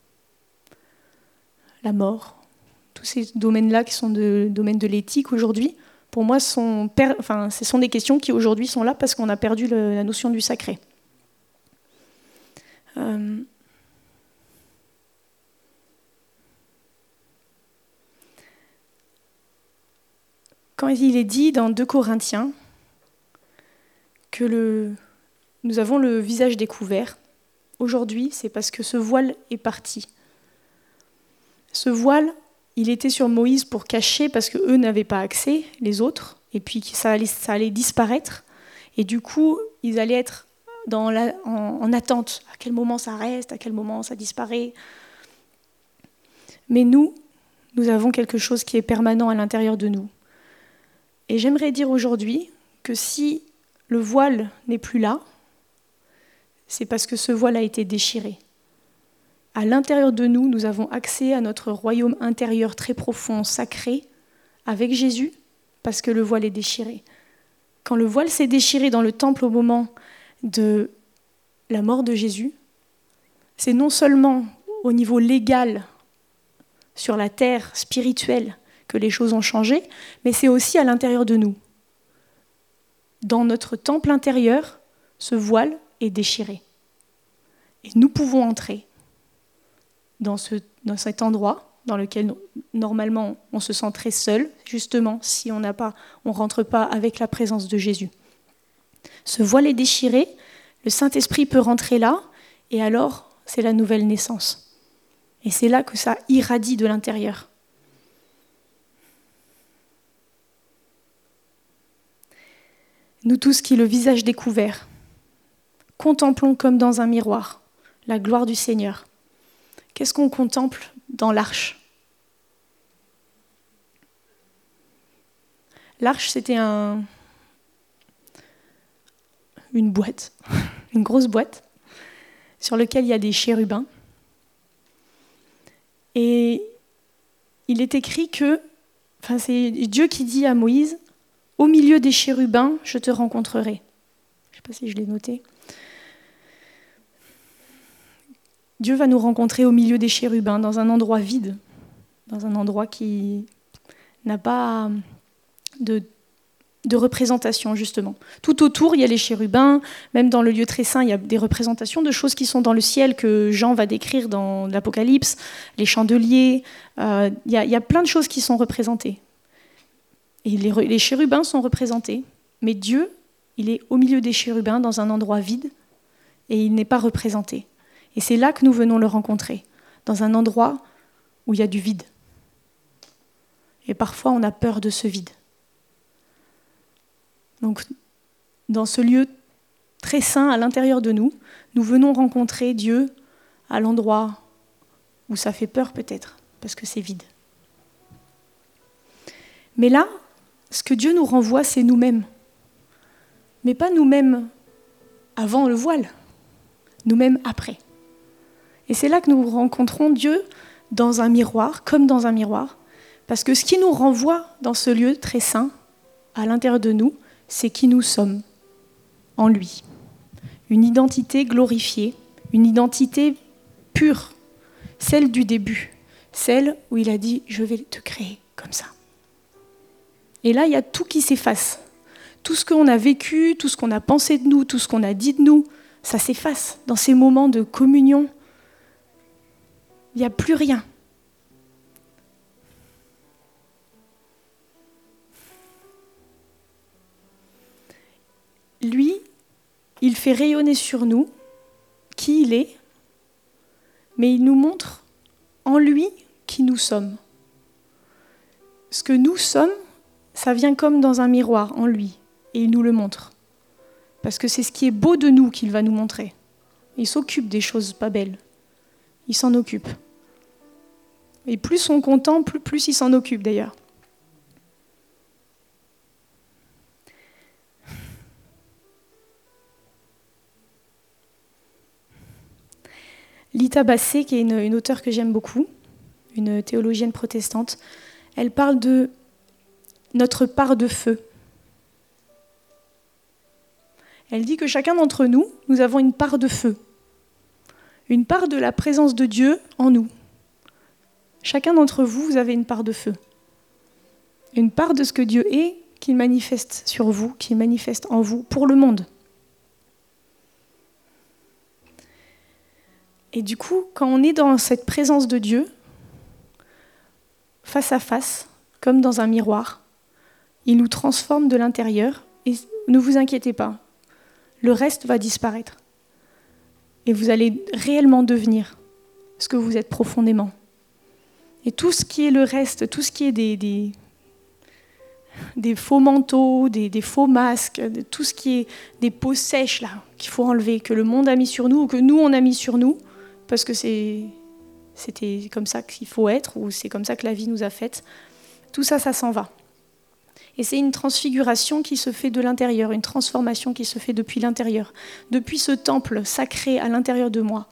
Speaker 1: la mort, tous ces domaines-là qui sont le domaine de l'éthique aujourd'hui, pour moi, ce sont des questions qui aujourd'hui sont là parce qu'on a perdu la notion du sacré. Quand il est dit dans 2 Corinthiens que nous avons le visage découvert, aujourd'hui, c'est parce que ce voile est parti. Ce voile, il était sur Moïse pour cacher, parce qu'eux n'avaient pas accès, les autres, et puis ça allait disparaître. Et du coup, ils allaient être en attente. À quel moment ça reste, à quel moment ça disparaît. Mais nous avons quelque chose qui est permanent à l'intérieur de nous. Et j'aimerais dire aujourd'hui que si le voile n'est plus là, c'est parce que ce voile a été déchiré. À l'intérieur de nous, nous avons accès à notre royaume intérieur très profond, sacré, avec Jésus, parce que le voile est déchiré. Quand le voile s'est déchiré dans le temple au moment de la mort de Jésus, c'est non seulement au niveau légal, sur la terre spirituelle, que les choses ont changé, mais c'est aussi à l'intérieur de nous. Dans notre temple intérieur, ce voile est déchiré. Et nous pouvons entrer dans cet endroit dans lequel normalement on se sent très seul, justement si on ne rentre pas avec la présence de Jésus. Ce voile est déchiré, le Saint-Esprit peut rentrer là, et alors c'est la nouvelle naissance. Et c'est là que ça irradie de l'intérieur. Nous tous qui, le visage découvert, contemplons comme dans un miroir la gloire du Seigneur. Qu'est-ce qu'on contemple dans l'arche ? L'arche, c'était une boîte, une grosse boîte, sur laquelle il y a des chérubins. Et il est écrit que, c'est Dieu qui dit à Moïse, « Au milieu des chérubins, je te rencontrerai. » Je ne sais pas si je l'ai noté. Dieu va nous rencontrer au milieu des chérubins, dans un endroit vide, dans un endroit qui n'a pas de représentation, justement. Tout autour, il y a les chérubins, même dans le lieu très saint, il y a des représentations de choses qui sont dans le ciel que Jean va décrire dans l'Apocalypse, les chandeliers, il y a plein de choses qui sont représentées. Et les chérubins sont représentés, mais Dieu, il est au milieu des chérubins, dans un endroit vide, et il n'est pas représenté. Et c'est là que nous venons le rencontrer, dans un endroit où il y a du vide. Et parfois, on a peur de ce vide. Donc, dans ce lieu très saint à l'intérieur de nous, nous venons rencontrer Dieu à l'endroit où ça fait peur peut-être, parce que c'est vide. Mais là, ce que Dieu nous renvoie, c'est nous-mêmes. Mais pas nous-mêmes avant le voile, nous-mêmes après. Et c'est là que nous rencontrons Dieu dans un miroir, comme dans un miroir, parce que ce qui nous renvoie dans ce lieu très saint, à l'intérieur de nous, c'est qui nous sommes en lui. Une identité glorifiée, une identité pure, celle du début, celle où il a dit « je vais te créer comme ça ». Et là, il y a tout qui s'efface. Tout ce qu'on a vécu, tout ce qu'on a pensé de nous, tout ce qu'on a dit de nous, ça s'efface dans ces moments de communion. Il n'y a plus rien. Lui, il fait rayonner sur nous qui il est, mais il nous montre en lui qui nous sommes. Ce que nous sommes, ça vient comme dans un miroir en lui, et il nous le montre. Parce que c'est ce qui est beau de nous qu'il va nous montrer. Il s'occupe des choses pas belles. Il s'en occupe. Et plus on contemple, plus il s'en occupe d'ailleurs. Lita Bassé, qui est une auteure que j'aime beaucoup, une théologienne protestante, elle parle de notre part de feu. Elle dit que chacun d'entre nous, nous avons une part de feu, une part de la présence de Dieu en nous. Chacun d'entre vous, vous avez une part de feu, une part de ce que Dieu est, qu'il manifeste sur vous, qu'il manifeste en vous pour le monde. Et du coup, quand on est dans cette présence de Dieu, face à face, comme dans un miroir, il nous transforme de l'intérieur, et ne vous inquiétez pas, le reste va disparaître. Et vous allez réellement devenir ce que vous êtes profondément. Et tout ce qui est le reste, tout ce qui est des faux manteaux, des faux masques, tout ce qui est des peaux sèches là, qu'il faut enlever, que le monde a mis sur nous, ou que nous on a mis sur nous, parce que c'était comme ça qu'il faut être, ou c'est comme ça que la vie nous a faites, tout ça, ça s'en va. Et c'est une transfiguration qui se fait de l'intérieur, une transformation qui se fait depuis l'intérieur, depuis ce temple sacré à l'intérieur de moi.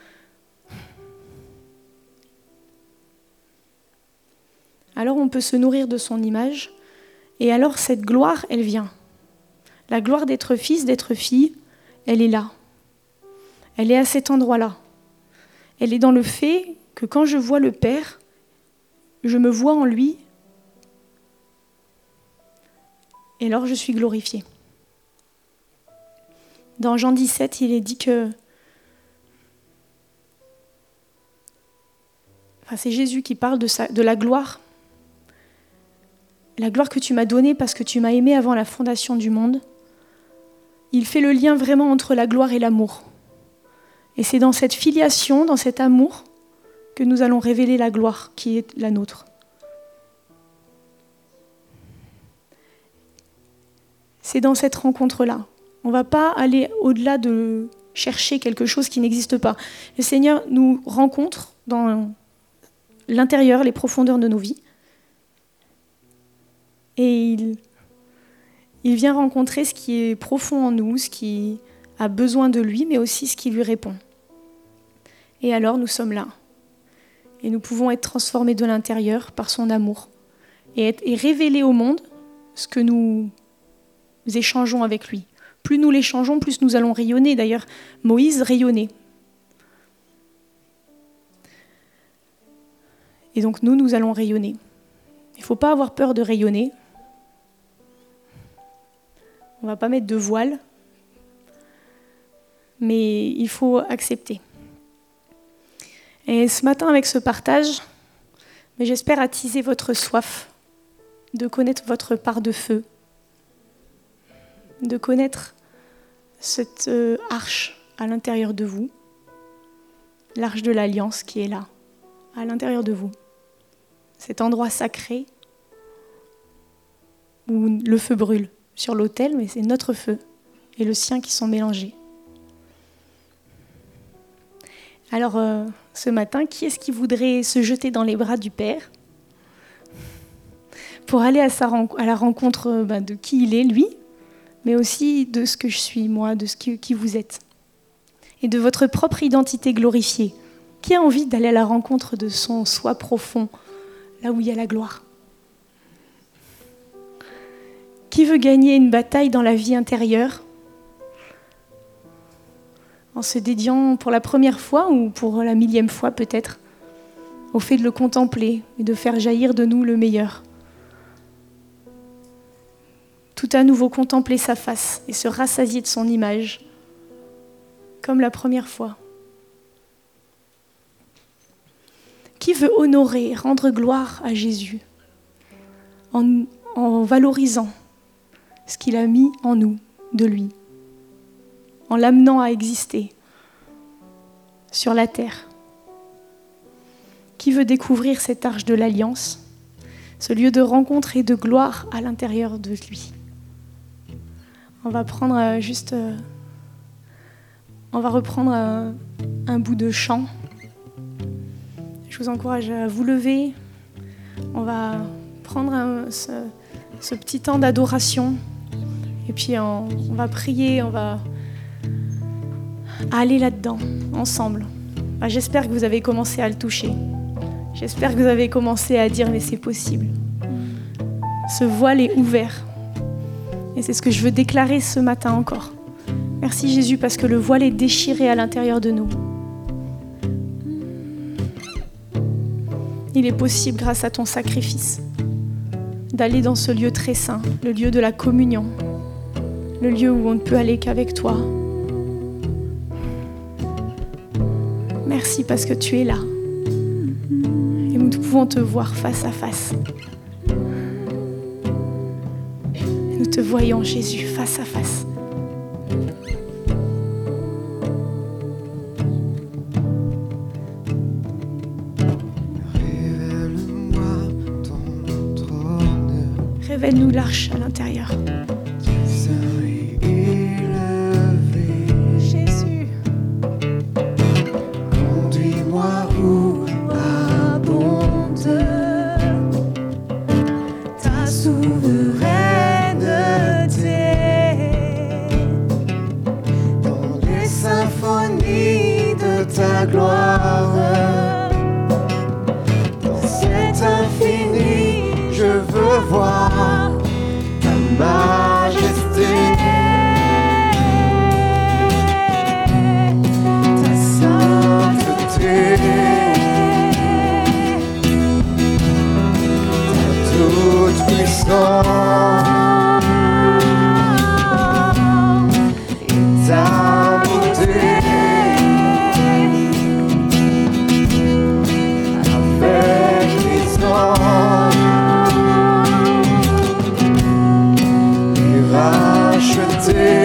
Speaker 1: Alors on peut se nourrir de son image, et alors cette gloire, elle vient. La gloire d'être fils, d'être fille, elle est là. Elle est à cet endroit-là. Elle est dans le fait que quand je vois le Père, je me vois en lui, et alors je suis glorifiée. Dans Jean 17, il est dit que... c'est Jésus qui parle de la gloire. La gloire que tu m'as donnée parce que tu m'as aimé avant la fondation du monde. Il fait le lien vraiment entre la gloire et l'amour. Et c'est dans cette filiation, dans cet amour, que nous allons révéler la gloire qui est la nôtre. C'est dans cette rencontre-là. On ne va pas aller au-delà de chercher quelque chose qui n'existe pas. Le Seigneur nous rencontre dans l'intérieur, les profondeurs de nos vies. Et il vient rencontrer ce qui est profond en nous, ce qui a besoin de lui, mais aussi ce qui lui répond. Et alors nous sommes là. Et nous pouvons être transformés de l'intérieur par son amour. Et révéler au monde ce que nous échangeons avec lui. Plus nous l'échangeons, plus nous allons rayonner. D'ailleurs, Moïse rayonnait. Et donc nous allons rayonner. Il ne faut pas avoir peur de rayonner. On ne va pas mettre de voile, mais il faut accepter. Et ce matin, avec ce partage, j'espère attiser votre soif de connaître votre part de feu, de connaître cette arche à l'intérieur de vous, l'arche de l'Alliance qui est là, à l'intérieur de vous. Cet endroit sacré où le feu brûle sur l'autel, mais c'est notre feu et le sien qui sont mélangés. Alors, ce matin, qui est-ce qui voudrait se jeter dans les bras du Père pour aller à la rencontre de qui il est, lui, mais aussi de ce que je suis, moi, de qui vous êtes, et de votre propre identité glorifiée. Qui a envie d'aller à la rencontre de son soi profond, là où il y a la gloire ? Qui veut gagner une bataille dans la vie intérieure en se dédiant pour la première fois ou pour la 1000e fois peut-être, au fait de le contempler et de faire jaillir de nous le meilleur. Tout à nouveau contempler sa face et se rassasier de son image, comme la première fois. Qui veut honorer, rendre gloire à Jésus en valorisant ce qu'il a mis en nous, de lui, en l'amenant à exister sur la terre? Qui veut découvrir cette arche de l'Alliance, ce lieu de rencontre et de gloire à l'intérieur de lui? On va prendre on va reprendre un bout de chant. Je vous encourage à vous lever. On va prendre ce petit temps d'adoration. Et puis on va prier, on va aller là-dedans, ensemble. J'espère que vous avez commencé à le toucher. J'espère que vous avez commencé à dire « mais c'est possible ». Ce voile est ouvert. Et c'est ce que je veux déclarer ce matin encore. Merci Jésus parce que le voile est déchiré à l'intérieur de nous. Il est possible, grâce à ton sacrifice, d'aller dans ce lieu très saint, le lieu de la communion, le lieu où on ne peut aller qu'avec toi. Merci parce que tu es là. Et nous pouvons te voir face à face. Nous te voyons, Jésus, face à face. Révèle-nous l'arche à l'intérieur. Jésus.
Speaker 2: Conduis-moi où abonde ta souveraineté dans les symphonies de ta gloire. Dans cet infini, je veux voir ta majesté, ta sainteté, ta toute puissance et ta beauté. Avec les anges racheté,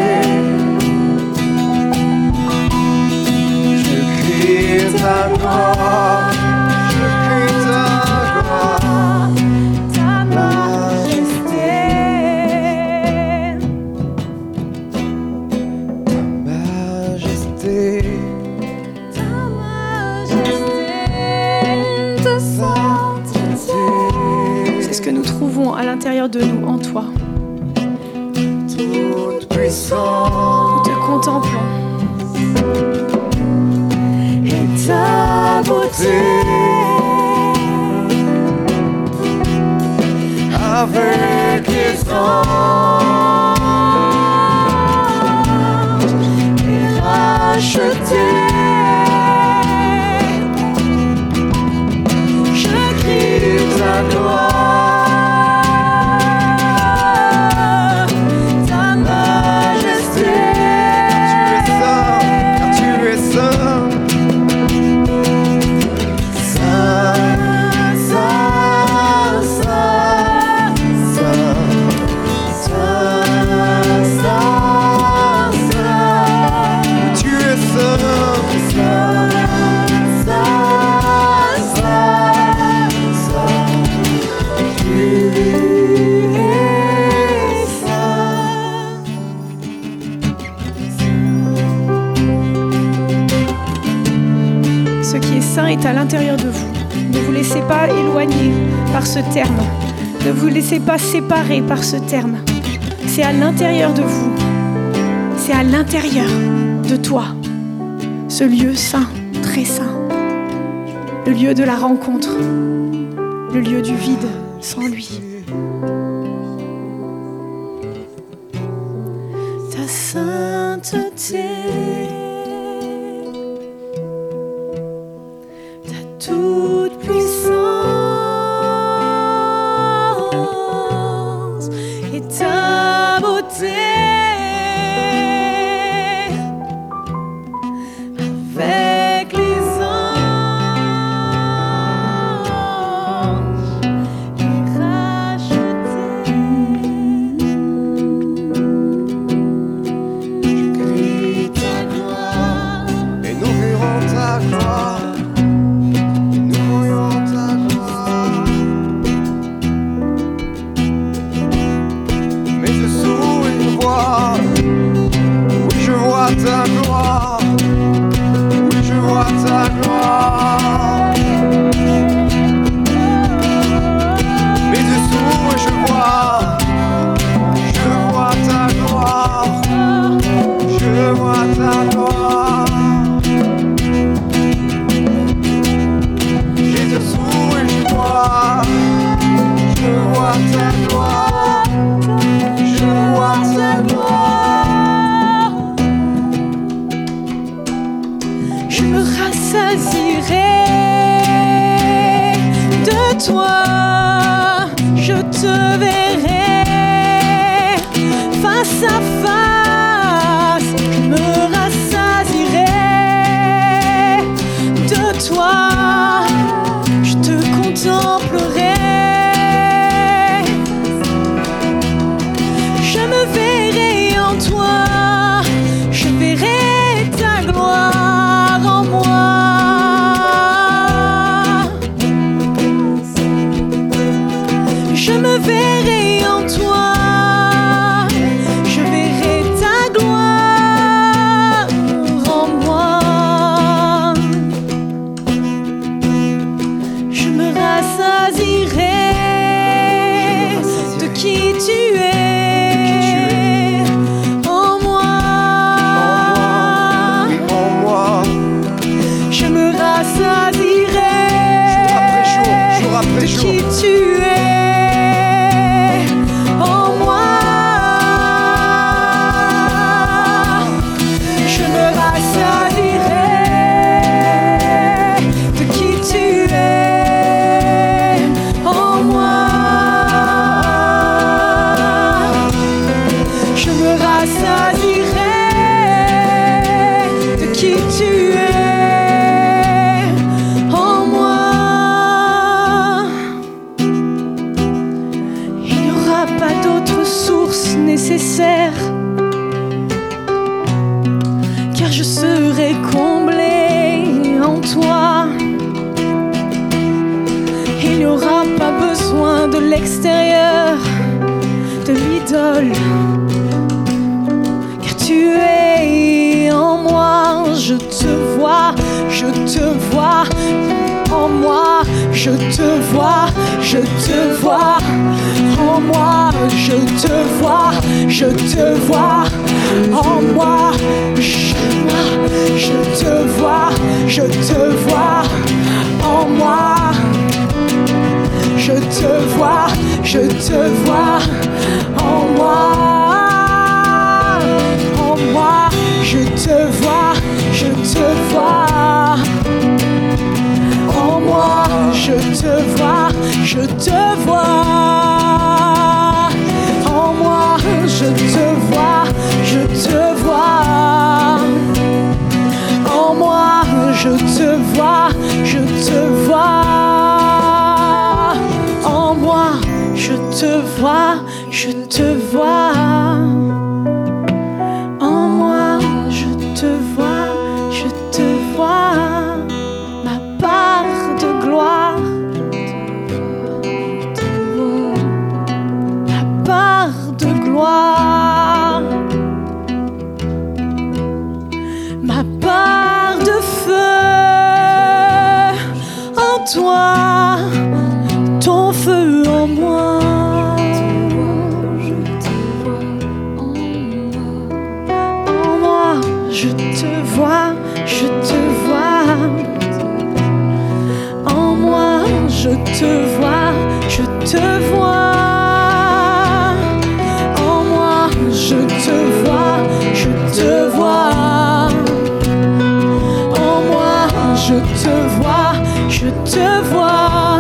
Speaker 2: je crie ta gloire, ta majesté, ta sainteté.
Speaker 1: C'est ce que nous trouvons à l'intérieur de nous, en toi.
Speaker 2: Toute puissance,
Speaker 1: nous te contemplons.
Speaker 2: Et ta beauté, avec les anges, et racheté, je crie ta gloire.
Speaker 1: Est à l'intérieur de vous. Ne vous laissez pas éloigner par ce terme. Ne vous laissez pas séparer par ce terme. C'est à l'intérieur de vous. C'est à l'intérieur de toi. Ce lieu saint, très saint. Le lieu de la rencontre. Le lieu du vide sans lui. Ta sainteté. toute puissance et ta beauté. Avec les anges, j'ai racheté. Je crie ta gloire.
Speaker 2: Et nous verrons ta gloire. Nous verrons ta gloire. Mes yeux s'ouvrent et je vois. Oui, je vois ta gloire. Oui, je vois ta gloire. Mes yeux s'ouvrent et je vois. Je vois ta gloire. Je vois ta gloire. Jésus s'ouvre et je vois. Je vois ta gloire. Je vois ta gloire.
Speaker 1: Je me rassasierai de toi, je te verrai face à face. Je me rassasierai de toi, je te contemplerai. Je me verrai en toi, je verrai ta gloire en moi. Je me verrai en toi, je verrai ta gloire en moi. Je me rassasierai de qui tu es en moi.
Speaker 2: En moi,
Speaker 1: Je me rassasierai
Speaker 2: jour après
Speaker 1: de
Speaker 2: jour,
Speaker 1: qui tu es en moi. Je me rassasierai de qui tu es en moi. Je me rassasierai de qui tu es en moi. Il n'y aura pas d'autre source nécessaire, car je serai comblé en toi. Il n'y aura pas besoin de l'extérieur, de l'idole, car tu es en moi. Je te vois en moi. Je te vois en moi. Je te vois en moi. Je te vois en moi. Je te vois en moi. En moi, je te vois en moi. Je te vois en moi. Je te vois en moi. Je te vois en moi. Je te vois en moi. Je te vois, ma part de gloire. Ma part de gloire. Ma part de feu en toi, ton feu en moi. En moi, je te vois. En moi, je te vois. En moi, je te vois. En moi, je te vois. je te vois.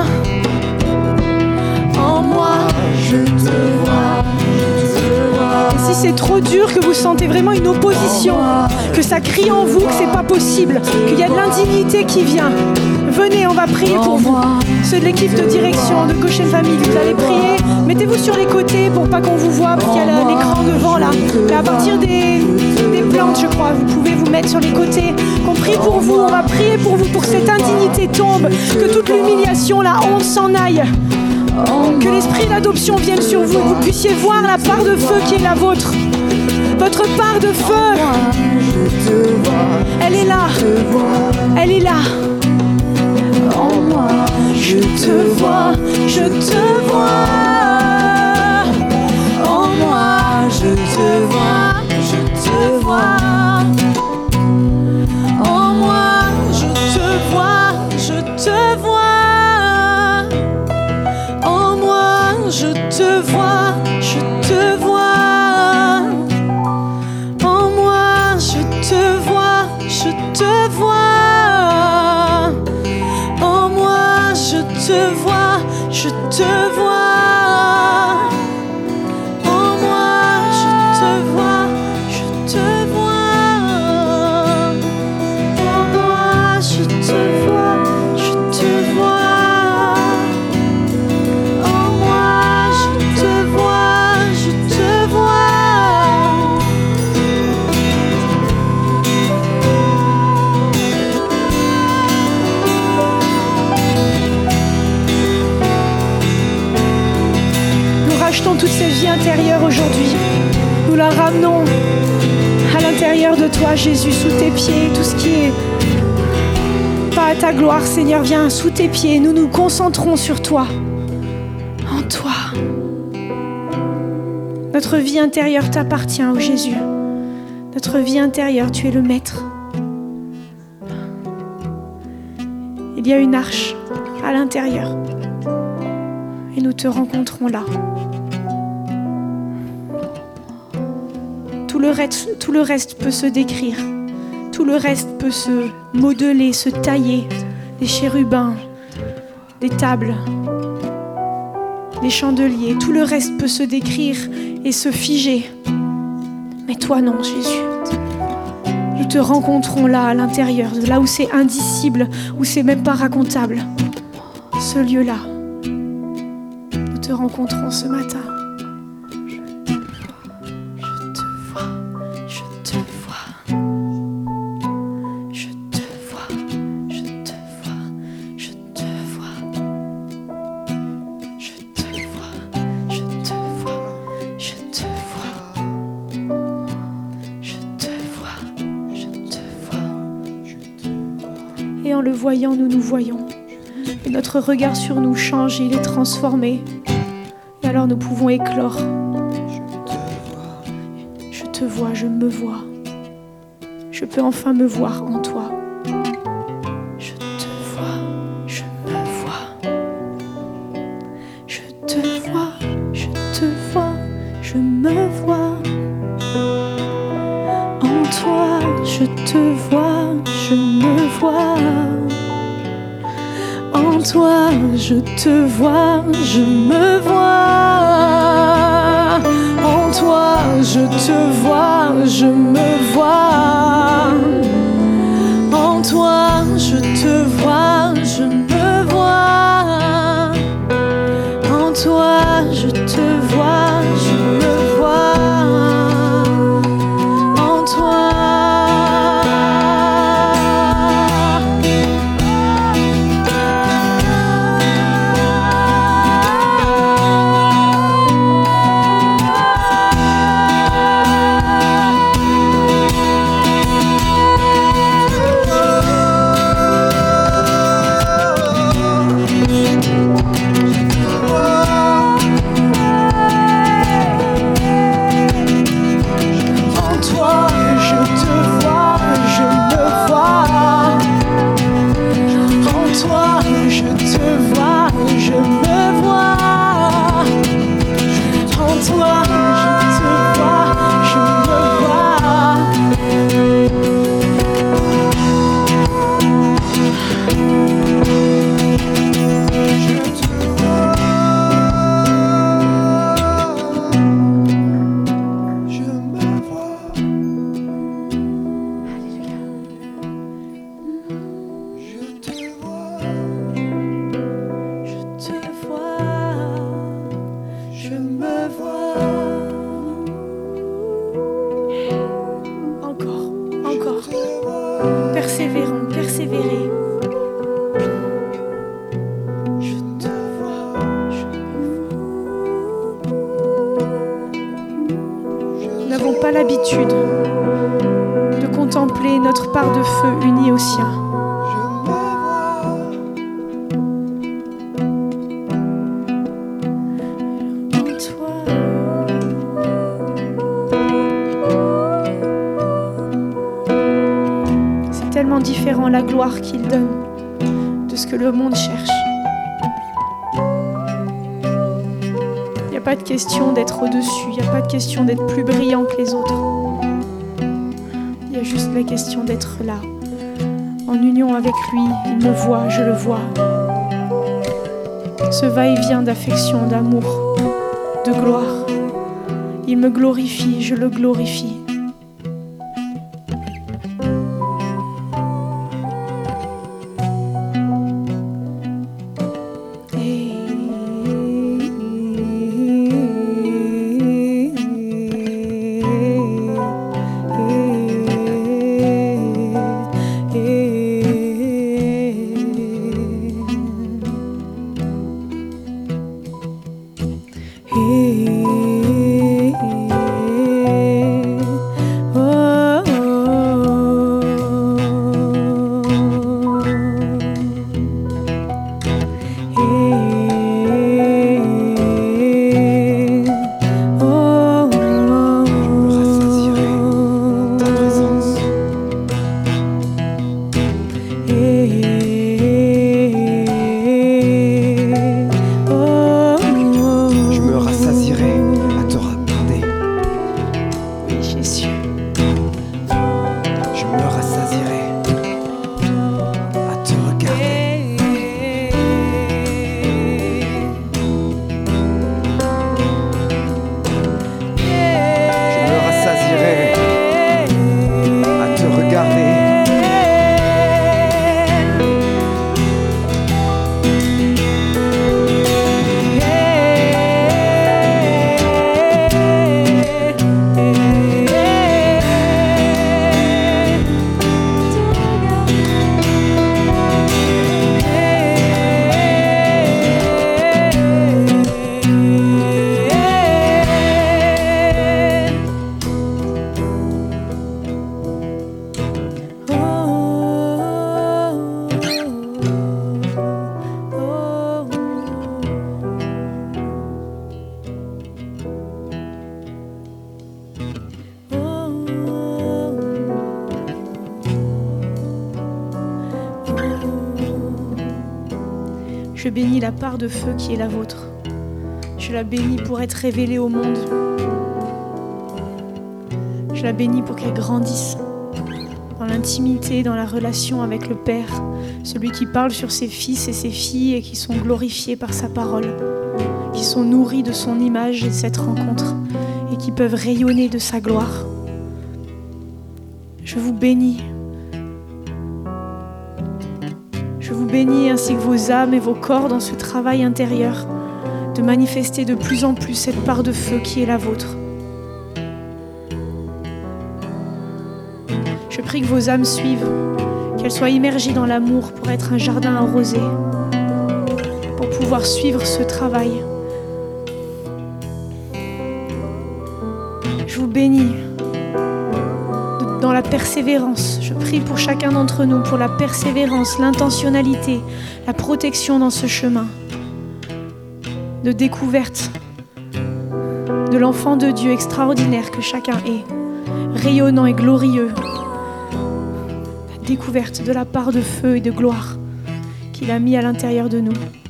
Speaker 1: En moi, je te vois. Et si c'est trop dur, que vous sentez vraiment une opposition, que ça crie en vous, que c'est pas possible, qu'il y a de l'indignité qui vient, venez, on va prier pour vous. Ceux de l'équipe de direction de Goshen Family, vous allez prier. Mettez-vous sur les côtés pour pas qu'on vous voit, parce qu'il y a l'écran devant là. Mais à partir des plantes, je crois, vous pouvez vous mettre sur les côtés. Qu'on prie pour vous, on va prier pour vous, pour que cette indignité tombe, que toute l'humiliation, la honte s'en aille. Que l'esprit d'adoption vienne sur vous et que vous puissiez voir la part de feu qui est la vôtre. Votre part de feu, elle est là. Elle est là. En moi, je te vois, je te vois. En moi, je te vois, je te vois. En moi, je te vois, je te vois. En moi, je te vois, je te vois. En moi, je te vois, je te vois. En moi, je te vois, je te vois. En moi, je te vois, je te vois. En moi, je te vois, je te vois. En moi, je te vois, je te vois. Nous rachetons toute cette vie intérieure aujourd'hui. Nous la ramenons à l'intérieur de toi, Jésus, sous tes pieds. Tout ce qui est pas à ta gloire, Seigneur, vient sous tes pieds. Nous nous concentrons sur toi, en toi. Notre vie intérieure t'appartient, ô Jésus. Notre vie intérieure, tu es le maître. Il y a une arche à l'intérieur. Et nous te rencontrons là. Tout le reste peut se décrire. Tout le reste peut se modeler, se tailler. Des chérubins, des tables, des chandeliers. Tout le reste peut se décrire et se figer. Mais toi non, Jésus. Nous te rencontrons là, à l'intérieur, là où c'est indicible, où c'est même pas racontable. Ce lieu-là. Nous te rencontrons ce matin. Et en le voyant, nous nous voyons. Et notre regard sur nous change, il est transformé. Et alors nous pouvons éclore. Je te vois, je me vois. Je peux enfin me voir en toi. Je te vois, je me vois. Je te vois, je te vois, je me vois. En toi, je te vois, je me vois. En toi, je te vois, je me vois. En toi, je te vois, je me vois. En toi, je te vois, je me vois. En toi, je te vois, je me vois. En toi. vraiment la gloire qu'il donne de ce que le monde cherche. Il n'y a pas de question d'être au-dessus, il n'y a pas de question d'être plus brillant que les autres. Il y a juste la question d'être là, en union avec lui. Il me voit, je le vois. Ce va-et-vient d'affection, d'amour, de gloire. Il me glorifie, je le glorifie. Je bénis la part de feu qui est la vôtre. Je la bénis pour être révélée au monde. Je la bénis pour qu'elle grandisse dans l'intimité, dans la relation avec le Père, celui qui parle sur ses fils et ses filles et qui sont glorifiés par sa parole, qui sont nourris de son image et de cette rencontre et qui peuvent rayonner de sa gloire. Je vous bénis. Je vous bénis ainsi que vos âmes et vos corps dans ce travail intérieur de manifester de plus en plus cette part de feu qui est la vôtre. Je prie que vos âmes suivent, qu'elles soient immergées dans l'amour pour être un jardin arrosé, pour pouvoir suivre ce travail. Je vous bénis dans la persévérance. Je prie pour chacun d'entre nous, pour la persévérance, l'intentionnalité, la protection dans ce chemin de découverte de l'enfant de Dieu extraordinaire que chacun est, rayonnant et glorieux. La découverte de la part de feu et de gloire qu'il a mis à l'intérieur de nous.